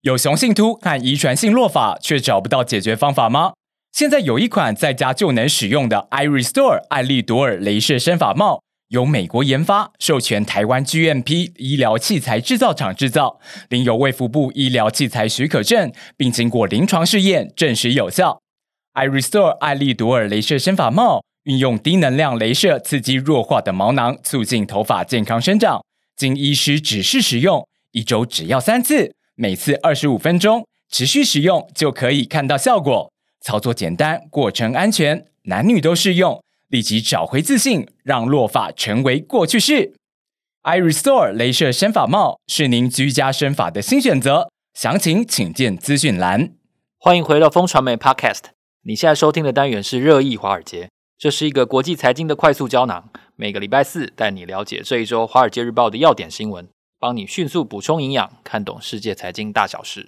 有雄性秃和遗传性落发，却找不到解决方法吗？现在有一款在家就能使用的 iRestore 艾利朵尔雷射生发帽，由美国研发，授权台湾 GMP 医疗器材制造厂制造，领有卫福部医疗器材许可证，并经过临床试验证实有效。iRestore 艾利朵尔雷射生发帽运用低能量雷射刺激弱化的毛囊，促进头发健康生长。经医师指示使用，1周只要3次，每次25分钟，持续使用就可以看到效果。操作简单，过程安全，男女都适用，立即找回自信，让落发成为过去式。iRestore 雷射生发帽是您居家生发的新选择，详情请见资讯栏。 欢迎回到风传媒 Podcast， 你现在收听的单元是热议华尔街，这是一个国际财经的快速胶囊，每个礼拜四带你了解这一周华尔街日报的要点新闻，帮你迅速补充营养，看懂世界财经大小事。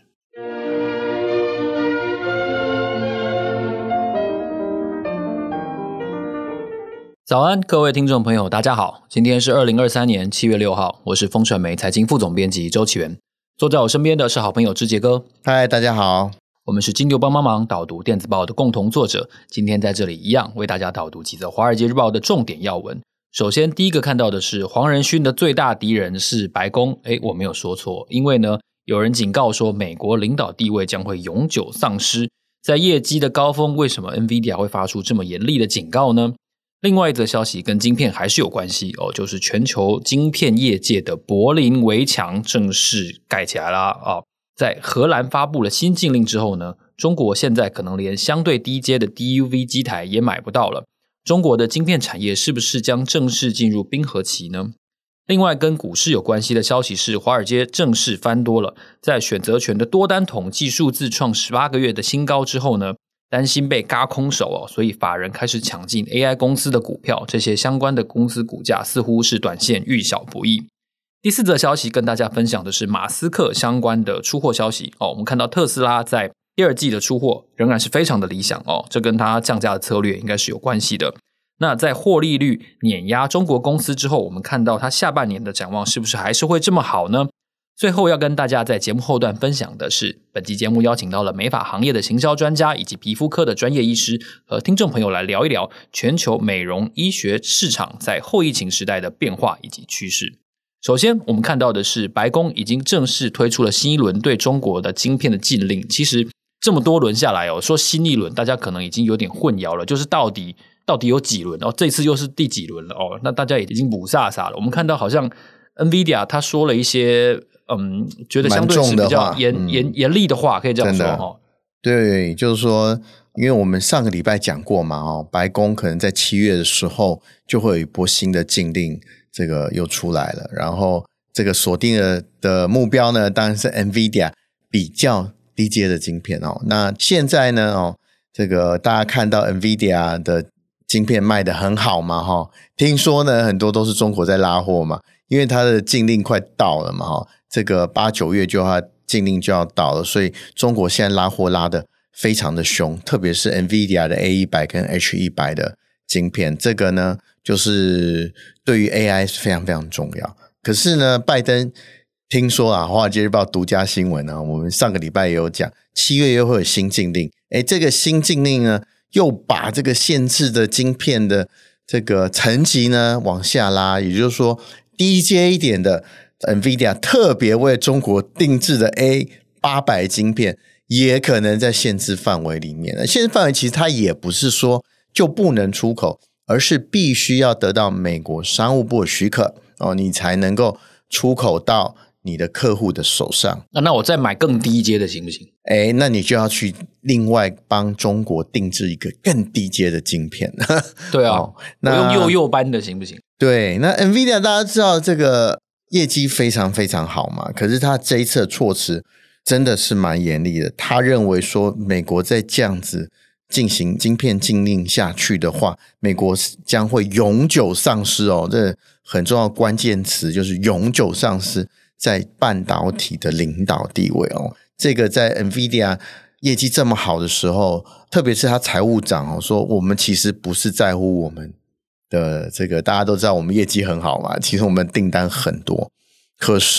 早安，各位听众朋友，大家好，今天是2023年7月6号，我是风传媒财经副总编辑周启源，坐在我身边的是好朋友之杰哥。 嗨，大家好。 我们是金牛帮帮忙导读电子报的共同作者，今天在这里一样为大家导读几则华尔街日报的重点要闻。首先第一个看到的是黄仁勋的最大敌人是白宫，我没有说错，因为呢有人警告说美国领导地位将会永久丧失。在业绩的高峰，为什么 NVIDIA 会发出这么严厉的警告呢？另外一则消息跟晶片还是有关系就是全球晶片业界的柏林围墙正式盖起来了在荷兰发布了新禁令之后呢，中国现在可能连相对低阶的 DUV 机台也买不到了。中国的晶片产业是不是将正式进入冰河期呢？另外跟股市有关系的消息是，华尔街正式翻多了，在选择权的多单统计数字创18个月的新高之后呢，担心被軋空手所以法人开始抢进 AI 公司的股票，这些相关的公司股价似乎是短线遇小不易。第四则消息跟大家分享的是马斯克相关的出货消息我们看到特斯拉在第二季的出货仍然是非常的理想这跟他降价的策略应该是有关系的。那在获利率碾压中国公司之后，我们看到他下半年的展望是不是还是会这么好呢？最后要跟大家在节目后段分享的是，本期节目邀请到了美发行业的行销专家以及皮肤科的专业医师，和听众朋友来聊一聊全球美容医学市场在后疫情时代的变化以及趋势。首先我们看到的是白宫已经正式推出了新一轮对中国的晶片的禁令。其实这么多轮下来说新一轮大家可能已经有点混淆了，就是到底有几轮这次又是第几轮了那大家已经不飒飒了。我们看到好像 NVIDIA 他说了一些觉得相对是比较严厉的话，可以这样说对，就是说因为我们上个礼拜讲过嘛白宫可能在7月的时候就会有一波新的禁令，这个又出来了，然后这个锁定的目标呢当然是 NVIDIA 比较低阶的晶片那现在呢这个大家看到 NVIDIA 的晶片卖得很好嘛听说呢很多都是中国在拉货嘛，因为它的禁令快到了嘛这个8、9月它禁令就要到了，所以中国现在拉货拉得非常的凶，特别是 NVIDIA 的 A100 跟 H100 的晶片，这个呢就是对于 AI 是非常非常重要。可是呢拜登听说华尔街日报独家新闻我们上个礼拜也有讲7月又会有新禁令，这个新禁令呢又把这个限制的晶片的这个层级呢往下拉，也就是说低阶一点的 NVIDIA 特别为中国定制的 A800 晶片也可能在限制范围里面。限制范围其实它也不是说就不能出口，而是必须要得到美国商务部的许可你才能够出口到你的客户的手上。 那我再买更低阶的行不行？ 那你就要去另外帮中国定制一个更低阶的晶片。 对我用幼班的行不行？ 对，那 NVIDIA 大家知道这个业绩非常非常好嘛，可是他这一次的措辞真的是蛮严厉的。他认为说美国再这样子进行晶片禁令下去的话，美国将会永久丧失这很重要的关键词就是永久丧失在半导体的领导地位这个在 NVIDIA 业绩这么好的时候，特别是他财务长说我们其实不是在乎我们的这个，大家都知道我们业绩很好嘛，其实我们订单很多，可是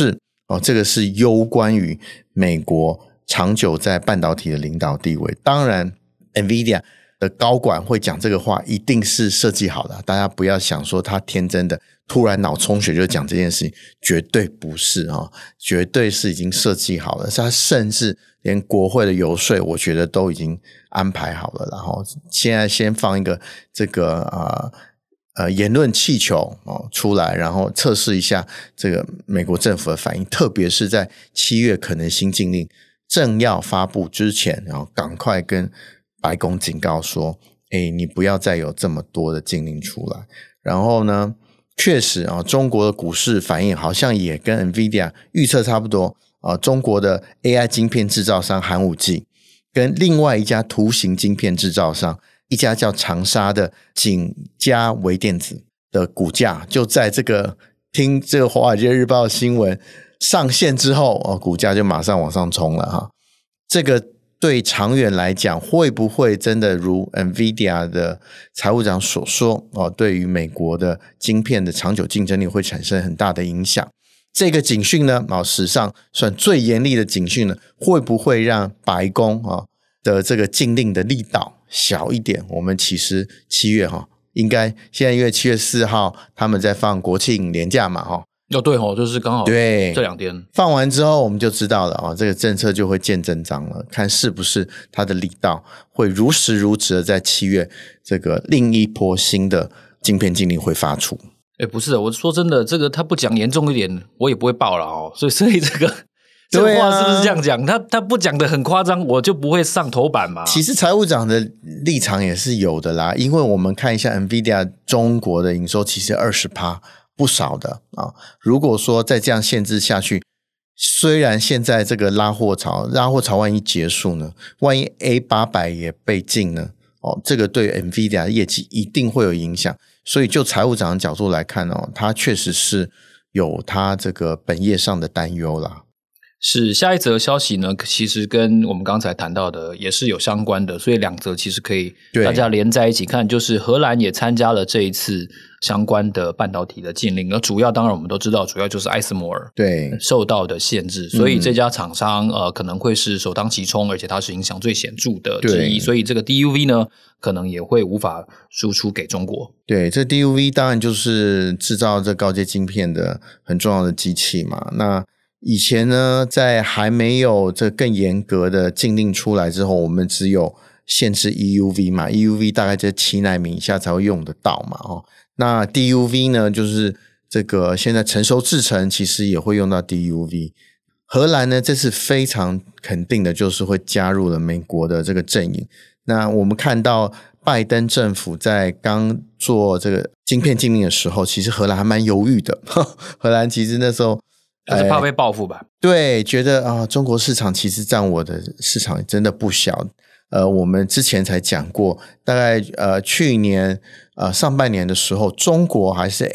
这个是攸关于美国长久在半导体的领导地位。当然 NVIDIA 的高管会讲这个话一定是设计好的，大家不要想说他天真的突然脑充血就讲这件事情，绝对不是绝对是已经设计好了，他甚至连国会的游说我觉得都已经安排好了，然后现在先放一个这个言论气球出来，然后测试一下这个美国政府的反应，特别是在7月可能新禁令正要发布之前，然后赶快跟白宫警告说你不要再有这么多的禁令出来。然后呢确实中国的股市反应好像也跟 NVIDIA 预测差不多中国的 AI 晶片制造商寒武纪跟另外一家图形晶片制造商一家叫长沙的景嘉微电子的股价就在听这个华尔街日报的新闻上线之后股价就马上往上冲了这个对长远来讲会不会真的如 NVIDIA 的财务长所说对于美国的晶片的长久竞争力会产生很大的影响。这个警讯呢史上算最严厉的警讯呢，会不会让白宫的这个禁令的力道小一点？我们其实7月应该现在因为7月4号他们在放国庆连假嘛对就是刚好对这2天放完之后我们就知道了这个政策就会见真章了，看是不是它的力道会如实如实的在7月这个另一波新的晶片禁令会发出。 不是我说真的，这个他不讲严重一点我也不会报了所以这个这个话是不是这样讲？他不讲的很夸张，我就不会上头版嘛。 其实财务长的立场也是有的啦，因为我们看一下 NVIDIA 中国的营收其实 20%不少的如果说再这样限制下去，虽然现在这个拉货潮万一结束呢，万一 A800 也被禁呢这个对 NVIDIA 的业绩一定会有影响。所以就财务长的角度来看他确实是有他这个本业上的担忧啦。 是，下一则消息呢其实跟我们刚才谈到的也是有相关的，所以2则其实可以大家连在一起看，就是荷兰也参加了这一次相关的半导体的禁令，而主要当然我们都知道主要就是艾斯摩尔对受到的限制，所以这家厂商可能会是首当其冲，而且它是影响最显著的之一，所以这个 DUV 呢可能也会无法输出给中国。 对，这 DUV 当然就是制造这高阶晶片的很重要的机器嘛。那以前呢在还没有这更严格的禁令出来之后，我们只有限制 EUV 嘛， EUV 大概在7奈米以下才会用得到嘛那 DUV 呢就是这个现在成熟制程其实也会用到 DUV。 荷兰呢这次非常肯定的就是会加入了美国的这个阵营。那我们看到拜登政府在刚做这个晶片禁令的时候，其实荷兰还蛮犹豫的荷兰其实那时候就是怕被报复吧对，觉得中国市场其实占我的市场真的不小。我们之前才讲过，大概去年上半年的时候，中国还是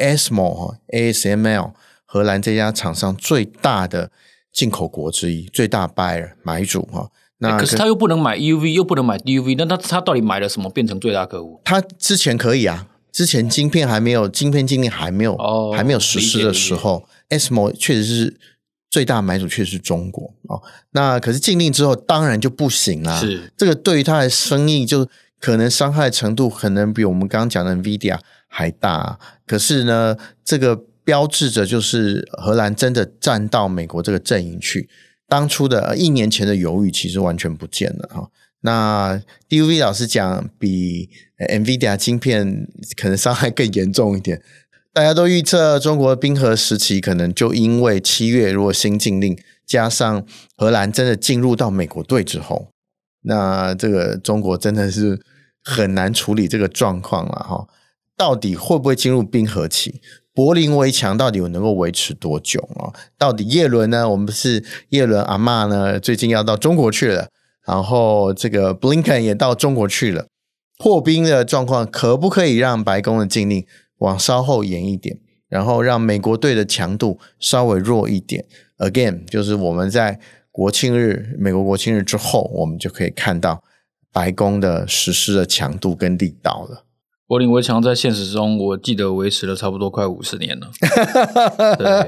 ASML 荷兰这家厂商最大的进口国之一，最大 buyer 买主那可是他又不能买 EUV 又不能买 DUV， 那他到底买了什么变成最大客户？ 他之前可以之前晶片禁令还没有实施的时候，ASML 确实是最大买主，确实是中国那可是禁令之后当然就不行啦， 是这个对于他的生意就可能伤害程度可能比我们刚刚讲的 NVIDIA 还大可是呢这个标志着就是荷兰真的站到美国这个阵营去，当初的1年前的犹豫其实完全不见了那 DUV 老实讲比 NVIDIA 晶片可能伤害更严重一点，大家都预测中国冰河时期可能就因为7月如果新禁令加上荷兰真的进入到美国队之后，那这个中国真的是很难处理这个状况了到底会不会进入冰河期，柏林围墙到底能够维持多久到底叶伦呢，我们不是叶伦阿嬷呢最近要到中国去了，然后这个 Blinken 也到中国去了，破冰的状况可不可以让白宫的禁令往稍后延一点，然后让美国队的强度稍微弱一点。 Again 就是我们在美国国庆日之后，我们就可以看到白宫的实施的强度跟力道了。 柏林围墙在现实中我记得维持了差不多快50年了对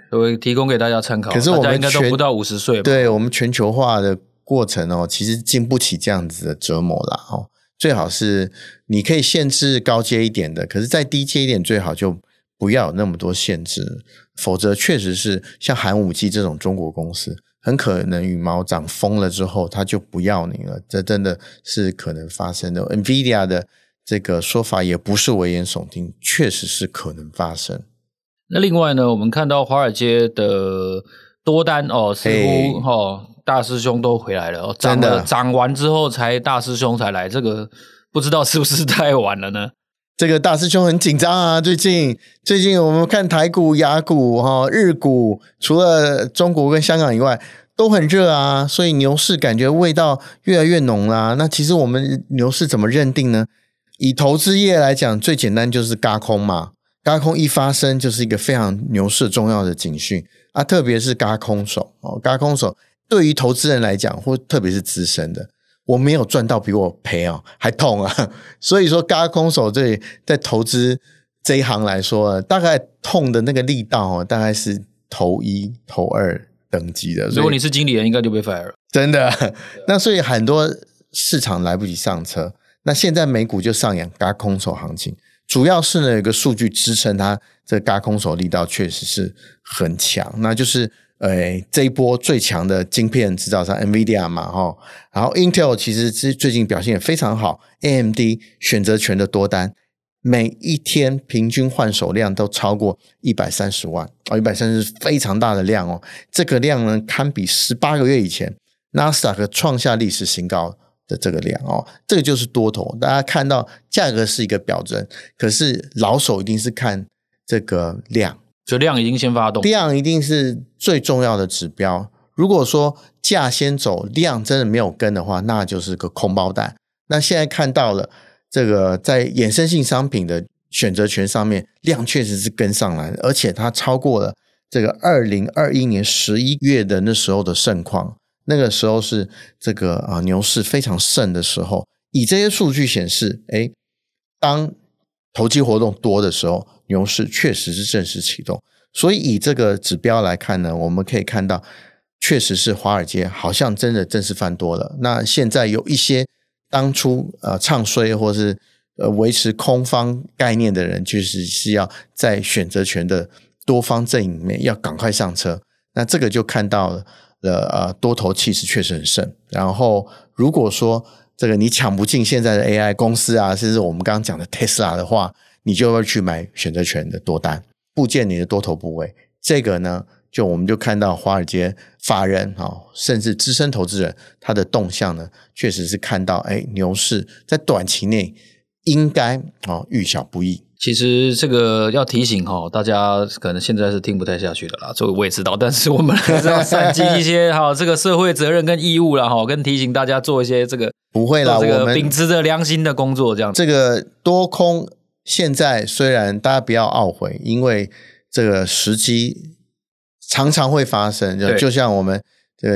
我提供给大家参考。 可是我们大家应该都不到50岁吧？ 对，我们全球化的过程其实经不起这样子的折磨啦最好是你可以限制高阶一点的，可是再低阶一点最好就不要有那么多限制，否则确实是像寒武纪这种中国公司很可能羽毛长疯了之后他就不要你了，这真的是可能发生的。 NVIDIA 的这个说法也不是危言耸听，确实是可能发生。 那另外呢，我们看到华尔街的多单似乎大师兄都回来了，涨完之后才大师兄才来，这个不知道是不是太晚了呢？ 这个大师兄很紧张啊，最近我们看台股、亚股、日股，除了中国跟香港以外都很热啊，所以牛市感觉味道越来越浓啦。那其实我们牛市怎么认定呢？以投资业来讲，最简单就是軋空嘛，軋空一发生就是一个非常牛市重要的警讯啊，特别是軋空手軋空手对于投资人来讲，或特别是资深的，我没有赚到比我赔还痛啊，所以说軋空手对在投资这一行来说，大概痛的那个力道大概是头1、头2等级的。 如果你是经理人，应该就被 fire 了，真的。那所以很多市场来不及上车，那现在美股就上演軋空手行情，主要是呢有个数据支撑它这个軋空手力道确实是很强，那就是这一波最强的晶片制造商 NVIDIA 嘛然后 Intel 其实最近表现也非常好， AMD 选择权的多单每一天平均换手量都超过130万130是非常大的量这个量呢堪比18个月以前 NASDAQ 创下历史新高的这个量这个就是多头。大家看到价格是一个表征，可是老手一定是看这个量， 就量已经先发动， 量一定是最重要的指标。如果说价先走，量真的没有跟的话，那就是个空包弹。那现在看到了这个在衍生性商品的选择权上面，量确实是跟上来的，而且它超过了这个2021年11月的那时候的盛况。那个时候是这个牛市非常盛的时候，以这些数据显示当投机活动多的时候，牛市确实是正式启动。所以以这个指标来看呢，我们可以看到确实是华尔街好像真的正式翻多了。那现在有一些当初唱衰或是维持空方概念的人，确实是要在选择权的多方阵营里面要赶快上车。那这个就看到了多头气势确实很盛。然后如果说这个你抢不进现在的 AI 公司啊，甚至我们刚刚讲的 Tesla 的话，你就要去买选择权的多单，布建你的多头部位。这个呢我们就看到华尔街法人甚至资深投资人他的动向呢，确实是看到牛市在短期内应该遇小不易。 其实这个要提醒大家可能现在是听不太下去的啦，这个我也知道，但是我们还是要散尽一些这个社会责任跟义务啦跟提醒大家做一些这个不会啦， 这个秉持着良心的工作这样。 这个多空现在虽然大家不要懊悔，因为这个时机常常会发生，就像我们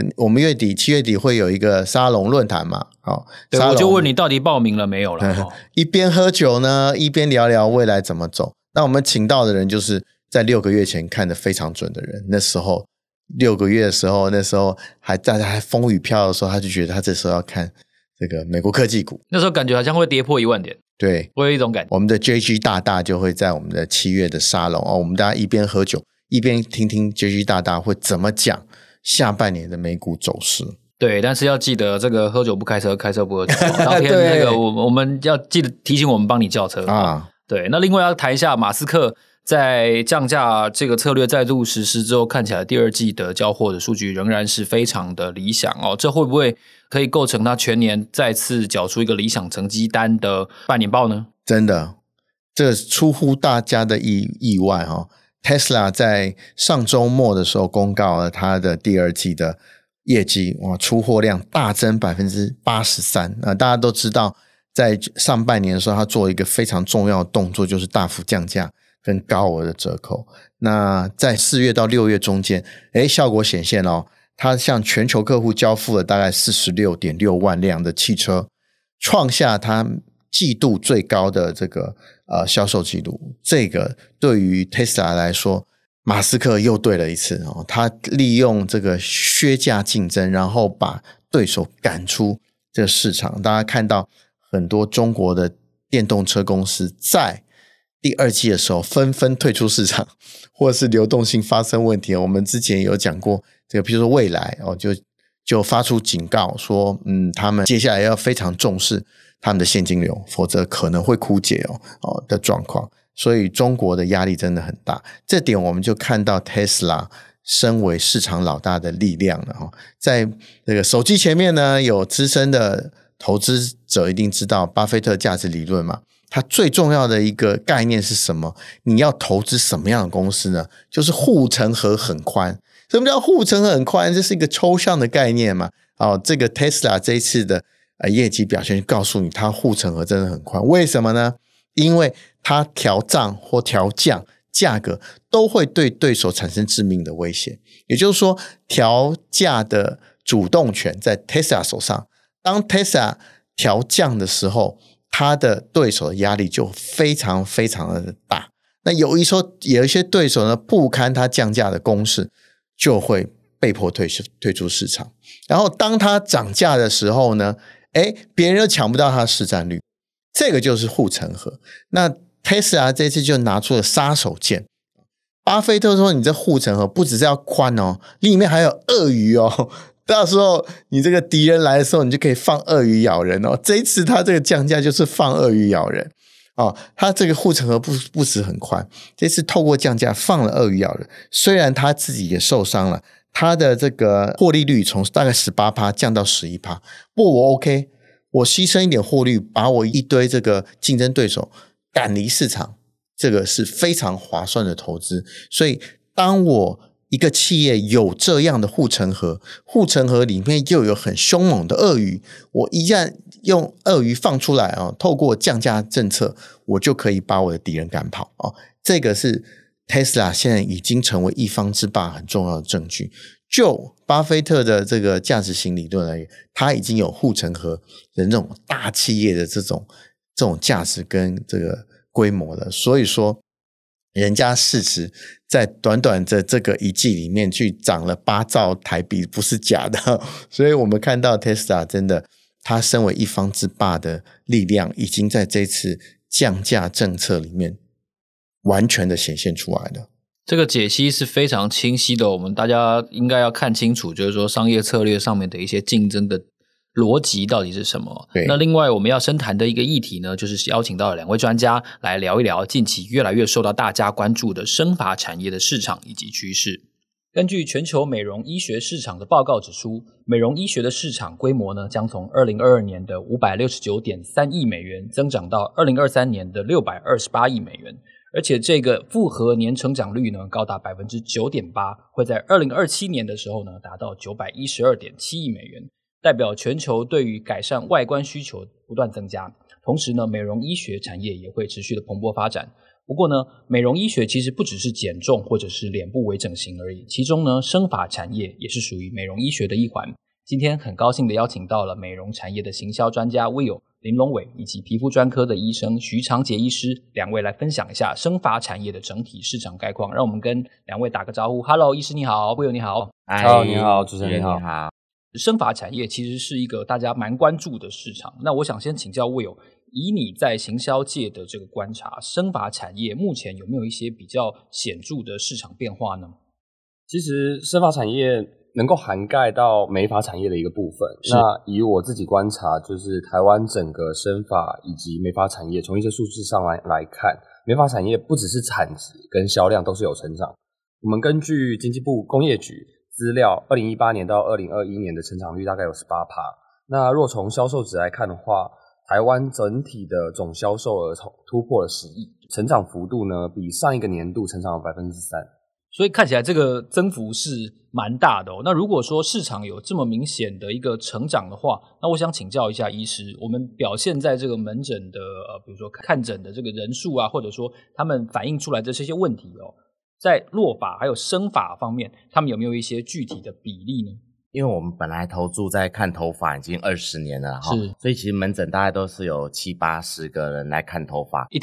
7月底会有一个沙龙论坛嘛对，我就问你到底报名了没有了一边喝酒呢一边聊聊未来怎么走。那我们请到的人就是在6个月前看得非常准的人，那时候6个月的时候，那时候大家还风雨飘的时候，他就觉得他这时候要看这个美国科技股， 那时候感觉好像会跌破1万点， 对， 我有一种感觉。 我们的 JG 大就会在我们的7月的沙龙我们大家一边喝酒一边听听 JG 大会怎么讲下半年的美股走势。 对，但是要记得这个喝酒不开车，开车不喝酒当天那个我们要记得提醒我们帮你叫车对，那另外要谈一下马斯克在降价这个策略再度实施之后，看起来第二季的交货的数据仍然是非常的理想这会不会可以构成他全年再次缴出一个理想成绩单的半年报呢？真的， 这出乎大家的意外Tesla 在上周末的时候公告了它的第二季的业绩，出货量大增 83%。大家都知道在上半年的时候，它做一个非常重要的动作，就是大幅降价跟高额的折扣。那在4月到6月中间效果显现它向全球客户交付了大概 46.6 万辆的汽车，创下它季度最高的这个销售记录。这个对于 Tesla 来说马斯克又对了一次哦，他利用这个削价竞争，然后把对手赶出这个市场。大家看到很多中国的电动车公司在第二季的时候纷纷退出市场，或者是流动性发生问题。我们之前有讲过这个，比如说蔚来哦，就发出警告说，他们接下来要非常重视他们的现金流，否则可能会枯竭的状况。所以中国的压力真的很大，这点我们就看到 Tesla 身为市场老大的力量了。在这个手机前面呢，有资深的投资者一定知道巴菲特价值理论嘛，它最重要的一个概念是什么？你要投资什么样的公司呢？就是护城河很宽。什么叫护城河很宽？这是一个抽象的概念嘛。这个 Tesla 这一次的业绩表现告诉你它护城河真的很宽。为什么呢？因为它调涨或调降价格都会对对手产生致命的威胁，也就是说调价的主动权在 Tesla 手上，当 Tesla 调降的时候，他的对手的压力就非常非常的大。那有一些对手呢不堪他降价的攻势，就会被迫退出市场。然后当他涨价的时候呢，别人又抢不到他的市占率，这个就是护城河。那 Tesla 这次就拿出了杀手锏。巴菲特说，你这护城河不只是要宽哦，里面还有鳄鱼哦。到时候你这个敌人来的时候，你就可以放鳄鱼咬人哦。这一次他这个降价就是放鳄鱼咬人哦。他这个护城河不止很宽，这次透过降价放了鳄鱼咬人。虽然他自己也受伤了，他的这个获利率从大概 18% 降到 11%， 不过我 OK， 我牺牲一点获利，把我一堆这个竞争对手赶离市场，这个是非常划算的投资。所以当我一个企业有这样的护城河，护城河里面又有很凶猛的鳄鱼，我一旦用鳄鱼放出来透过降价政策，我就可以把我的敌人赶跑这个是 Tesla 现在已经成为一方之霸很重要的证据。就巴菲特的这个价值型理论而言，他已经有护城河的那种大企业的这种价值跟这个规模了。所以说人家市值在短短的这个一季里面去涨了8兆台币，不是假的。所以我们看到 Tesla 真的它身为一方之霸的力量已经在这次降价政策里面完全的显现出来了。 这个解析是非常清晰的，我们大家应该要看清楚，就是说商业策略上面的一些竞争的逻辑到底是什么。那另外我们要深谈的一个议题呢，就是邀请到了2位专家来聊一聊近期越来越受到大家关注的生发产业的市场以及趋势。根据全球美容医学市场的报告指出，美容医学的市场规模呢，将从2022年的 569.3 亿美元增长到2023年的628亿美元，而且这个复合年成长率呢高达 9.8%， 会在2027年的时候呢达到 912.7 亿美元，代表全球对于改善外观需求不断增加。同时呢，美容医学产业也会持续的蓬勃发展。不过呢，美容医学其实不只是减重或者是脸部微整形而已，其中呢，生发产业也是属于美容医学的一环。今天很高兴的邀请到了美容产业的行销专家 Will 林龙伟以及皮肤专科的医生徐长杰医师，两位来分享一下生发产业的整体市场概况。让我们跟两位打个招呼。 Hello 医师你好， Will 你好。 Hello 你好，主持人你好。 生发产业其实是一个大家蛮关注的市场，那我想先请教 Will， 以你在行销界的这个观察，生发产业目前有没有一些比较显著的市场变化呢？ 其实生发产业能够涵盖到美发产业的一个部分。那以我自己观察，就是台湾整个生发以及美发产业，从一些数字上来看，美发产业不只是产值跟销量都是有成长。我们根据经济部工业局资料，2018年到2021年的成长率大概有 18%。那若从销售值来看的话，台湾整体的总销售额突破了10亿，成长幅度呢比上一个年度成长了 3%。 所以看起来这个增幅是蛮大的哦。那如果说市场有这么明显的一个成长的话，那我想请教一下医师，我们表现在这个门诊的比如说看诊的这个人数啊，或者说他们反映出来的这些问题哦，在落发还有生发方面，他们有没有一些具体的比例呢？ 因为我们本来投注在看头发已经20年了， 是， 所以其实门诊大概都是有70-80个人来看头发一天。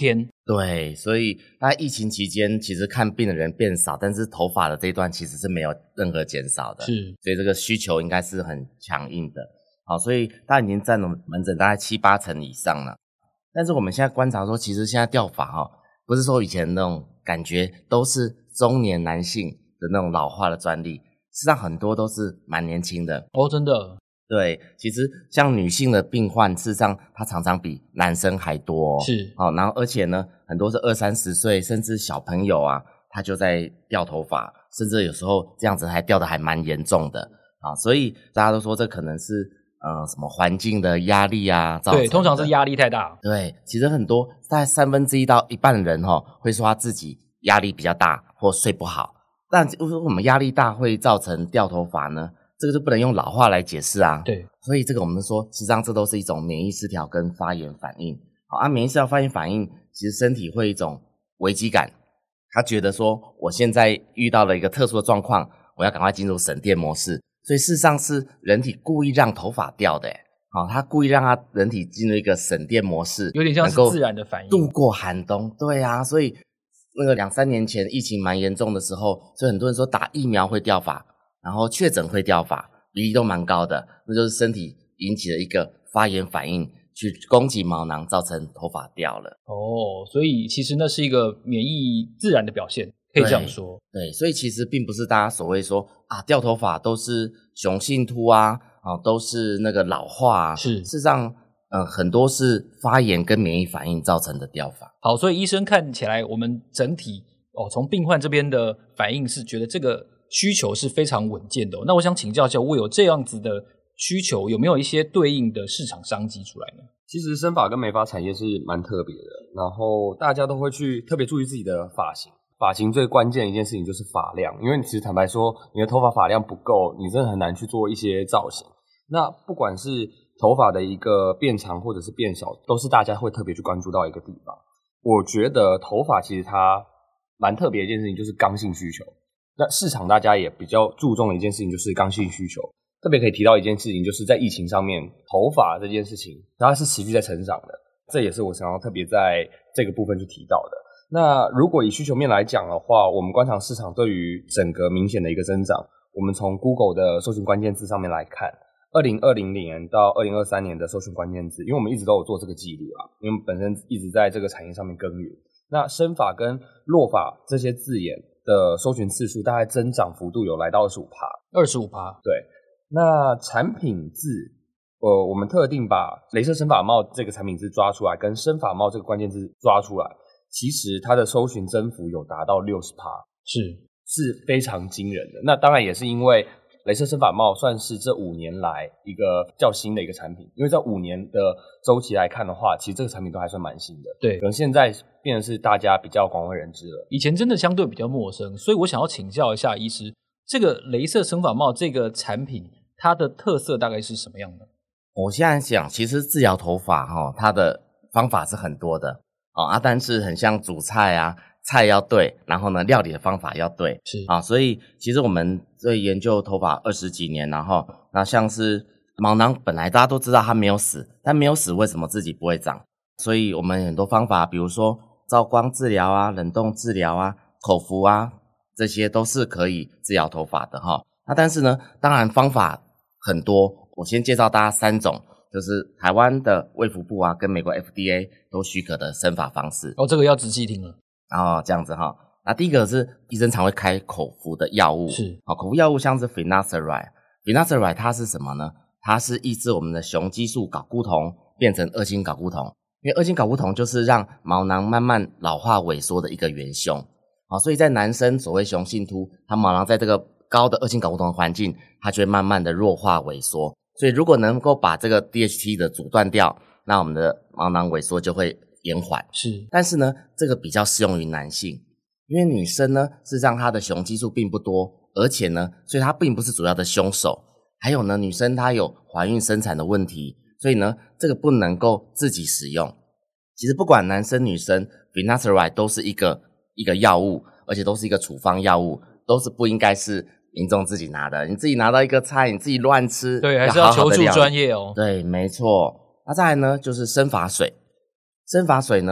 对，所以在疫情期间，其实看病的人变少，但是头发的这一段其实是没有任何减少的， 是， 所以这个需求应该是很强硬的。好，所以大家已经占了门诊大概7-8成以上了。但是我们现在观察说，其实现在掉发不是说以前那种感觉都是中年男性的那种老化的专利，事实上很多都是蛮年轻的。 哦，真的。 对，其实像女性的病患，事实上她常常比男生还多是， 然后而且呢，很多是20-30岁，甚至小朋友啊，他就在掉头发，甚至有时候这样子还掉得还蛮严重的所以大家都说这可能是什么环境的压力啊造成的。 对，通常是压力太大。 对，其实很多大概1/3到一半的人会说他自己压力比较大或睡不好，但为什么我们压力大会造成掉头发呢？这个就不能用老化来解释啊。 对， 所以这个我们说，实际上这都是一种免疫失调跟发炎反应。免疫失调发炎反应，其实身体会有一种危机感，他觉得说我现在遇到了一个特殊的状况，我要赶快进入省电模式，所以事实上是人体故意让头发掉的他故意让他人体进入一个省电模式， 有点像是自然的反应， 度过寒冬。对啊，所以那个2-3年前疫情蛮严重的时候，所以很多人说打疫苗会掉发，然后确诊会掉发，比例都蛮高的，那就是身体引起了一个发炎反应，去攻击毛囊，造成头发掉了。 所以其实那是一个免疫自然的表现，可以这样说。 对，所以其实并不是大家所谓说掉头发都是雄性秃都是那个老化是， 事实上很多是发炎跟免疫反应造成的掉发。 好，所以医生看起来我们整体从病患这边的反应是觉得这个需求是非常稳健的那我想请教一下，我有这样子的需求，有没有一些对应的市场商机出来呢？ 其实生发跟美发产业是蛮特别的，然后大家都会去特别注意自己的发型。发型最关键的一件事情就是发量，因为其实坦白说，你的头发发量不够，你真的很难去做一些造型。那不管是头发的一个变长或者是变小，都是大家会特别去关注到一个地方。我觉得头发其实它蛮特别的一件事情就是刚性需求。那市场大家也比较注重的一件事情就是刚性需求。特别可以提到一件事情，就是在疫情上面，头发这件事情它是持续在成长的，这也是我想要特别在这个部分去提到的。那如果以需求面来讲的话，我们观察市场对于整个明显的一个增长，我们从 Google 的搜寻关键字上面来看，2020年到2023年的搜寻关键字，因为我们一直都有做这个记录因为我们本身一直在这个产业上面耕耘，那生发跟落发这些字眼的搜寻次数大概增长幅度有来到 25%。 对，那产品字我们特定把雷射生发帽这个产品字抓出来跟生发帽这个关键字抓出来，其实它的搜寻增幅有达到 60%， 是非常惊人的。那当然也是因为雷射生发帽算是这5年来一个较新的一个产品，因为在5年的周期来看的话，其实这个产品都还算蛮新的。 对， 可能现在变成是大家比较广为人知了， 以前真的相对比较陌生，所以我想要请教一下医师，这个雷射生发帽这个产品它的特色大概是什么样的？ 我现在想，其实治疗头发它的方法是很多的但是很像煮菜菜要对，然后呢料理的方法要对， 是所以其实我们在研究头发20几年，然后那像是毛囊本来大家都知道它没有死，但没有死为什么自己不会长？所以我们很多方法，比如说照光治疗冷冻治疗口服这些都是可以治疗头发的那但是呢，当然方法很多，我先介绍大家3种，就是台湾的卫福部跟美国 FDA 都许可的生发方式。 这个要仔细听了。 这样子那第一个是医生常会开口服的药物， 是口服药物像是 Finasteride 它是什么呢？它是抑制我们的雄激素睾固酮变成二氢睾固酮，因为二氢睾固酮就是让毛囊慢慢老化萎缩的一个元凶所以在男生所谓雄性秃，它毛囊在这个高的二氢睾固酮的环境，它就会慢慢的弱化萎缩，所以如果能够把这个 DHT 的阻断掉，那我们的毛囊萎缩就会延缓。但是呢，这个比较适用于男性，因为女生呢，事实上她的雄激素并不多，而且呢，所以她并不是主要的凶手。还有呢，女生她有怀孕生产的问题，所以呢，这个不能够自己使用。其实不管男生女生 Finasteride 都是一个药物，而且都是一个处方药物，都是不应该是民众自己拿的。你自己拿到一个菜，你自己乱吃， 对，还是要求助专业对，没错。那再来呢，就是生发水。生发水呢，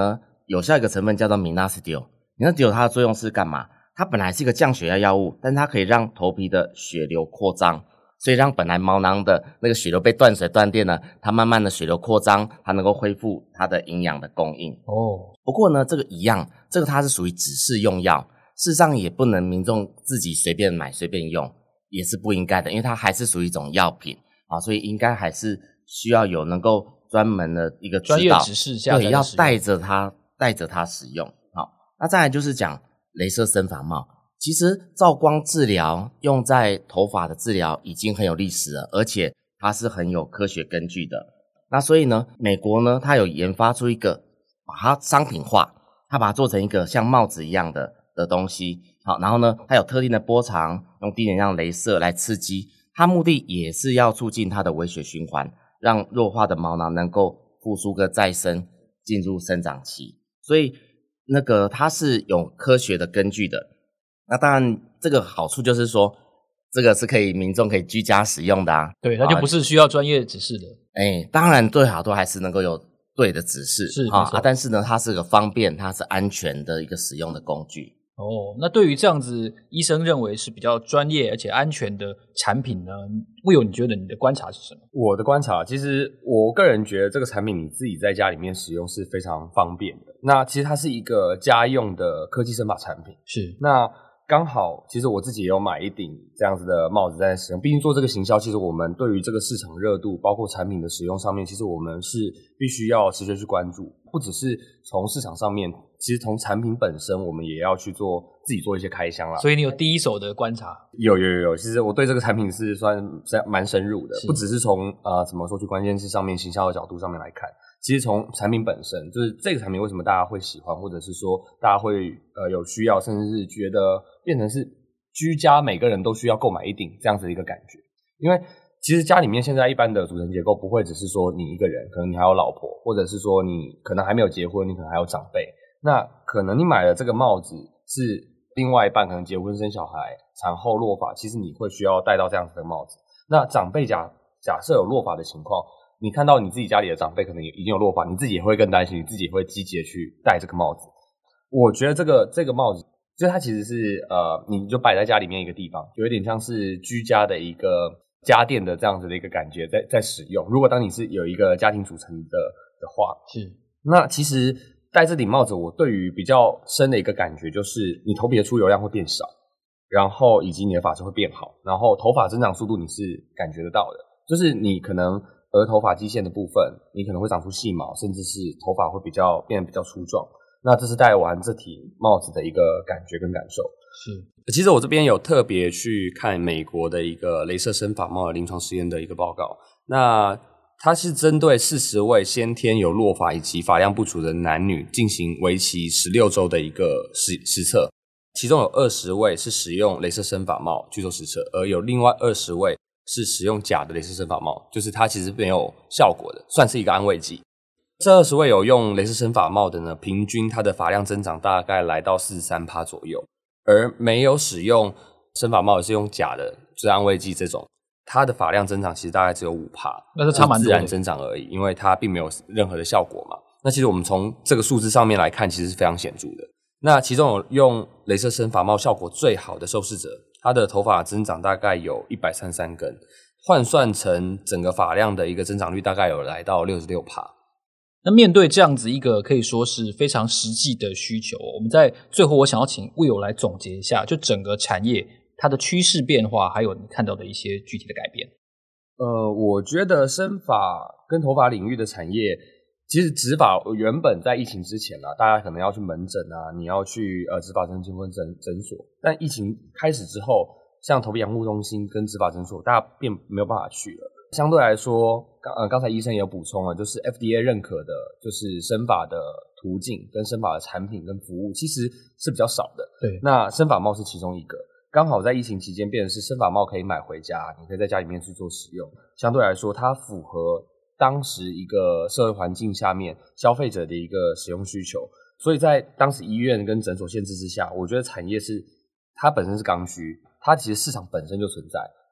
有效一个成分叫做 Minoxidil。Minoxidil 它的作用是干嘛？它本来是一个降血压药物，但是它可以让头皮的血流扩张，所以让本来毛囊的那个血流被断水断电了，它慢慢的血流扩张，它能够恢复它的营养的供应。不过呢，这个一样，这个它是属于指示用药，事实上也不能民众自己随便买随便用，也是不应该的，因为它还是属于一种药品所以应该还是需要有能够专门的一个指导专业指示下， 对，要带着它使用。好，那再来就是讲雷射生发帽。其实照光治疗用在头发的治疗已经很有历史了，而且它是很有科学根据的。那所以呢，美国呢，它有研发出一个把它商品化，它把它做成一个像帽子一样的东西。好，然后呢，它有特定的波长，用低能量雷射来刺激，它目的也是要促进它的微血循环，让弱化的毛囊能够复苏跟再生，进入生长期。所以那个它是有科学的根据的。那当然这个好处就是说，这个是可以民众可以居家使用的啊。 对，它就不是需要专业指示的。 当然最好都还是能够有对的指示是但是呢，它是个方便，它是安全的一个使用的工具。 那对于这样子医生认为是比较专业而且安全的产品呢，Will你觉得你的观察是什么？ 我的观察，其实我个人觉得这个产品你自己在家里面使用是非常方便的。那其实它是一个家用的科技生发产品。 是。 那刚好其实我自己也有买一顶这样子的帽子在使用，毕竟做这个行销，其实我们对于这个市场热度包括产品的使用上面，其实我们是必须要持续去关注，不只是从市场上面，其实从产品本身我们也要去自己做一些开箱啦。 所以你有第一手的观察？ 有，其实我对这个产品是算蛮深入的，不只是从怎么说去关键字上面行销的角度上面来看，其实从产品本身，就是这个产品为什么大家会喜欢，或者是说大家会有需要，甚至是觉得变成是居家每个人都需要购买一顶这样子的一个感觉。因为其实家里面现在一般的组成结构不会只是说你一个人，可能你还有老婆，或者是说你可能还没有结婚，你可能还有长辈，那可能你买了这个帽子是另外一半可能结婚生小孩产后落发，其实你会需要戴到这样子的帽子。那长辈假设有落发的情况，你看到你自己家里的长辈可能已经有落发，你自己也会更担心，你自己也会积极的去戴这个帽子。我觉得这个帽子就是它其实是你就摆在家里面一个地方，有一点像是居家的一个家电的这样子的一个感觉在使用。如果当你是有一个家庭组成的话， 是。 那其实戴这顶帽子，我对于比较深的一个感觉就是你头皮的出油量会变少，然后以及你的发质会变好，然后头发增长速度你是感觉得到的，就是你可能额头发际线的部分你可能会长出细毛，甚至是头发会变得比较粗壮。那这是戴完这顶帽子的一个感觉跟感受。 是。 其实我这边有特别去看美国的一个雷射生发帽的临床实验的一个报告，那它是针对40位先天有落发以及发量不足的男女进行为期16周的一个实测，其中有20位是使用雷射生发帽去做实测，而有另外20位是使用假的雷射生发帽，就是它其实没有效果的，算是一个安慰剂。这20位有用雷射生发帽的呢，平均它的发量增长大概来到 43% 左右，而没有使用生发帽也是用假的，就是安慰剂这种，它的发量增长其实大概只有 5%， 那是差蛮多的， 自然增长而已，因为它并没有任何的效果嘛。那其实我们从这个数字上面来看，其实是非常显著的。那其中有用雷射生发帽效果最好的受试者，他的头发增长大概有133根，换算成整个发量的一个增长率大概有来到 66%。 那面对这样子一个可以说是非常实际的需求，我们在最后我想要请 Will 来总结一下，就整个产业它的趋势变化，还有你看到的一些具体的改变。 我觉得生发跟头发领域的产业，其实植发原本在疫情之前大家可能要去门诊你要去植发针、结婚诊所，但疫情开始之后，像头皮养护中心跟植发诊所，大家便没有办法去了。相对来说，刚才医生也有补充了，就是 FDA 认可的，就是生发的途径跟生发的产品跟服务，其实是比较少的。 对， 那生发帽是其中一个。刚好在疫情期间变成是生发帽可以买回家，你可以在家里面去做使用，相对来说它符合当时一个社会环境下面消费者的一个使用需求，所以在当时医院跟诊所限制之下，我觉得产业是它本身是刚需，它其实市场本身就存在，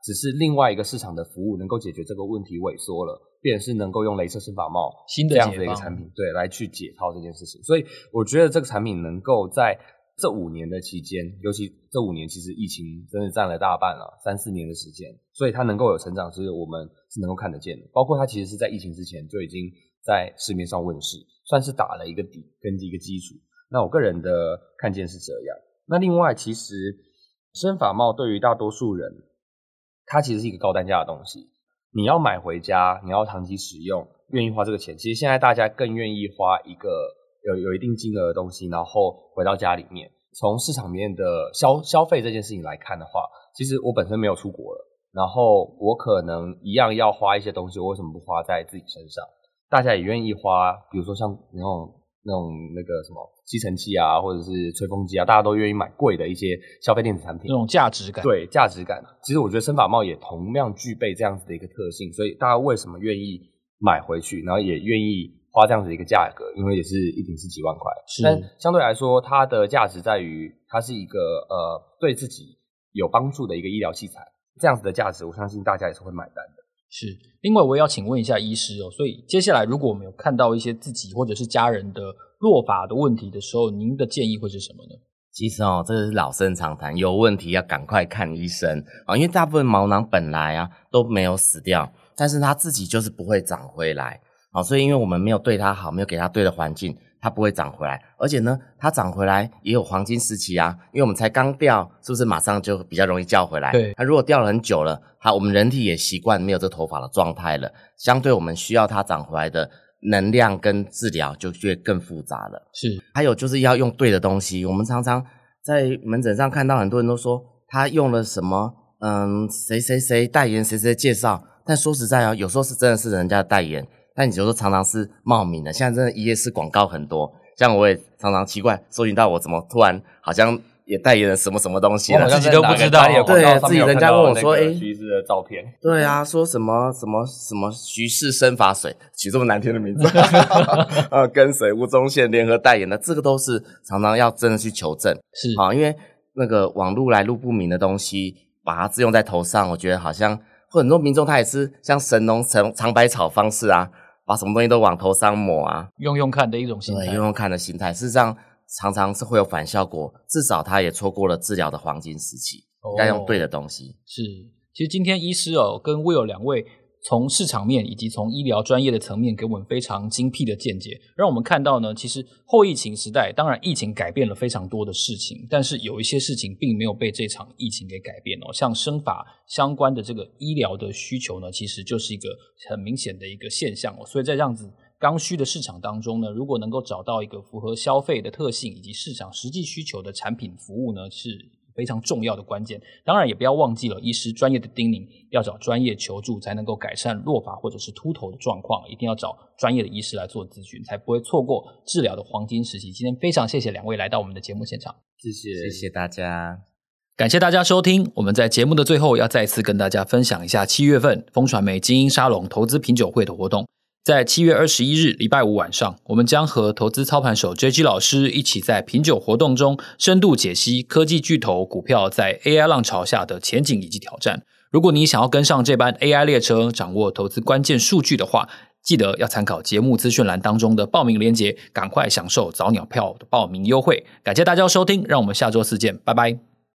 只是另外一个市场的服务能够解决这个问题萎缩了，变成是能够用雷射生法帽新的这样子的一个产品，对，来去解套这件事情。所以我觉得这个产品能够在这5年的期间，尤其这5年其实疫情真的占了大半了，3-4年的时间，所以它能够有成长，是我们是能够看得见的。包括它其实是在疫情之前就已经在市面上问世，算是打了一个底跟一个基础。那我个人的看见是这样。那另外，其实生法帽对于大多数人，它其实是一个高单价的东西。你要买回家，你要长期使用，愿意花这个钱。其实现在大家更愿意花一个有一定金额的东西，然后回到家里面。从市场面的消费这件事情来看的话，其实我本身没有出国了，然后我可能一样要花一些东西，我为什么不花在自己身上？大家也愿意花，比如说像那个什么吸尘器啊，或者是吹风机啊，大家都愿意买贵的一些消费电子产品， 那种价值感。 对，价值感。其实我觉得生法帽也同样具备这样子的一个特性，所以大家为什么愿意买回去，然后也愿意花这样子的一个价格，因为也是一定是几万块。但相对来说，它的价值在于它是一个对自己有帮助的一个医疗器材，这样子的价值，我相信大家也是会买单的。 是，另外我也要请问一下医师哦，所以接下来如果我们有看到一些自己或者是家人的落发的问题的时候，您的建议会是什么呢？ 其实这是老生常谈，有问题要赶快看医生因为大部分毛囊本来都没有死掉，但是它自己就是不会长回来所以因为我们没有对它好，没有给它对的环境，它不会长回来。而且呢，它长回来也有黄金时期因为我们才刚掉，是不是马上就比较容易叫回来？ 对， 它如果掉了很久了，我们人体也习惯没有这头发的状态了，相对我们需要它长回来的能量跟治疗就会更复杂了。 是， 还有就是要用对的东西。我们常常在门诊上看到很多人都说他用了什么谁谁谁代言谁谁介绍，但说实在有时候是真的是人家的代言，但你有时候常常是冒名的。现在真的一页式广告很多，像我也常常奇怪搜寻到我怎么突然好像也代言了什么什么东西了， 自己都不知道。 对，自己人家问我说徐氏的照片， 对啊，说什么徐氏生发水，取这么难听的名字跟水吴宗宪联合代言的，这个都是常常要真的去求证。 是因为那个网路来路不明的东西把它自用在头上，我觉得好像很多民众他也是像神农尝百草方式把什么东西都往头上抹用看的一种心态。 对，用看的心态，事实上常常是会有反效果，至少他也错过了治疗的黄金时期。要用对的东西。 是，其实今天医师跟 Will 两位从市场面以及从医疗专业的层面给我们非常精辟的见解，让我们看到呢，其实后疫情时代，当然疫情改变了非常多的事情，但是有一些事情并没有被这场疫情给改变像生发相关的这个医疗的需求呢，其实就是一个很明显的一个现象所以在这样子刚需的市场当中呢，如果能够找到一个符合消费的特性以及市场实际需求的产品服务呢，是非常重要的关键。当然也不要忘记了医师专业的叮咛，要找专业求助才能够改善落发或者是秃头的状况，一定要找专业的医师来做咨询，才不会错过治疗的黄金时期。今天非常谢谢两位来到我们的节目现场， 谢谢大家， 感谢大家收听。我们在节目的最后要再次跟大家分享一下7月份风传媒精英沙龙投资品酒会的活动。在7月21日礼拜五晚上，我们将和投资操盘手 JG 老师一起在品酒活动中深度解析科技巨头股票在 AI 浪潮下的前景以及挑战。如果你想要跟上这班 AI 列车，掌握投资关键数据的话，记得要参考节目资讯栏当中的报名连结，赶快享受早鸟票的报名优惠。感谢大家收听，让我们下周四见，拜拜。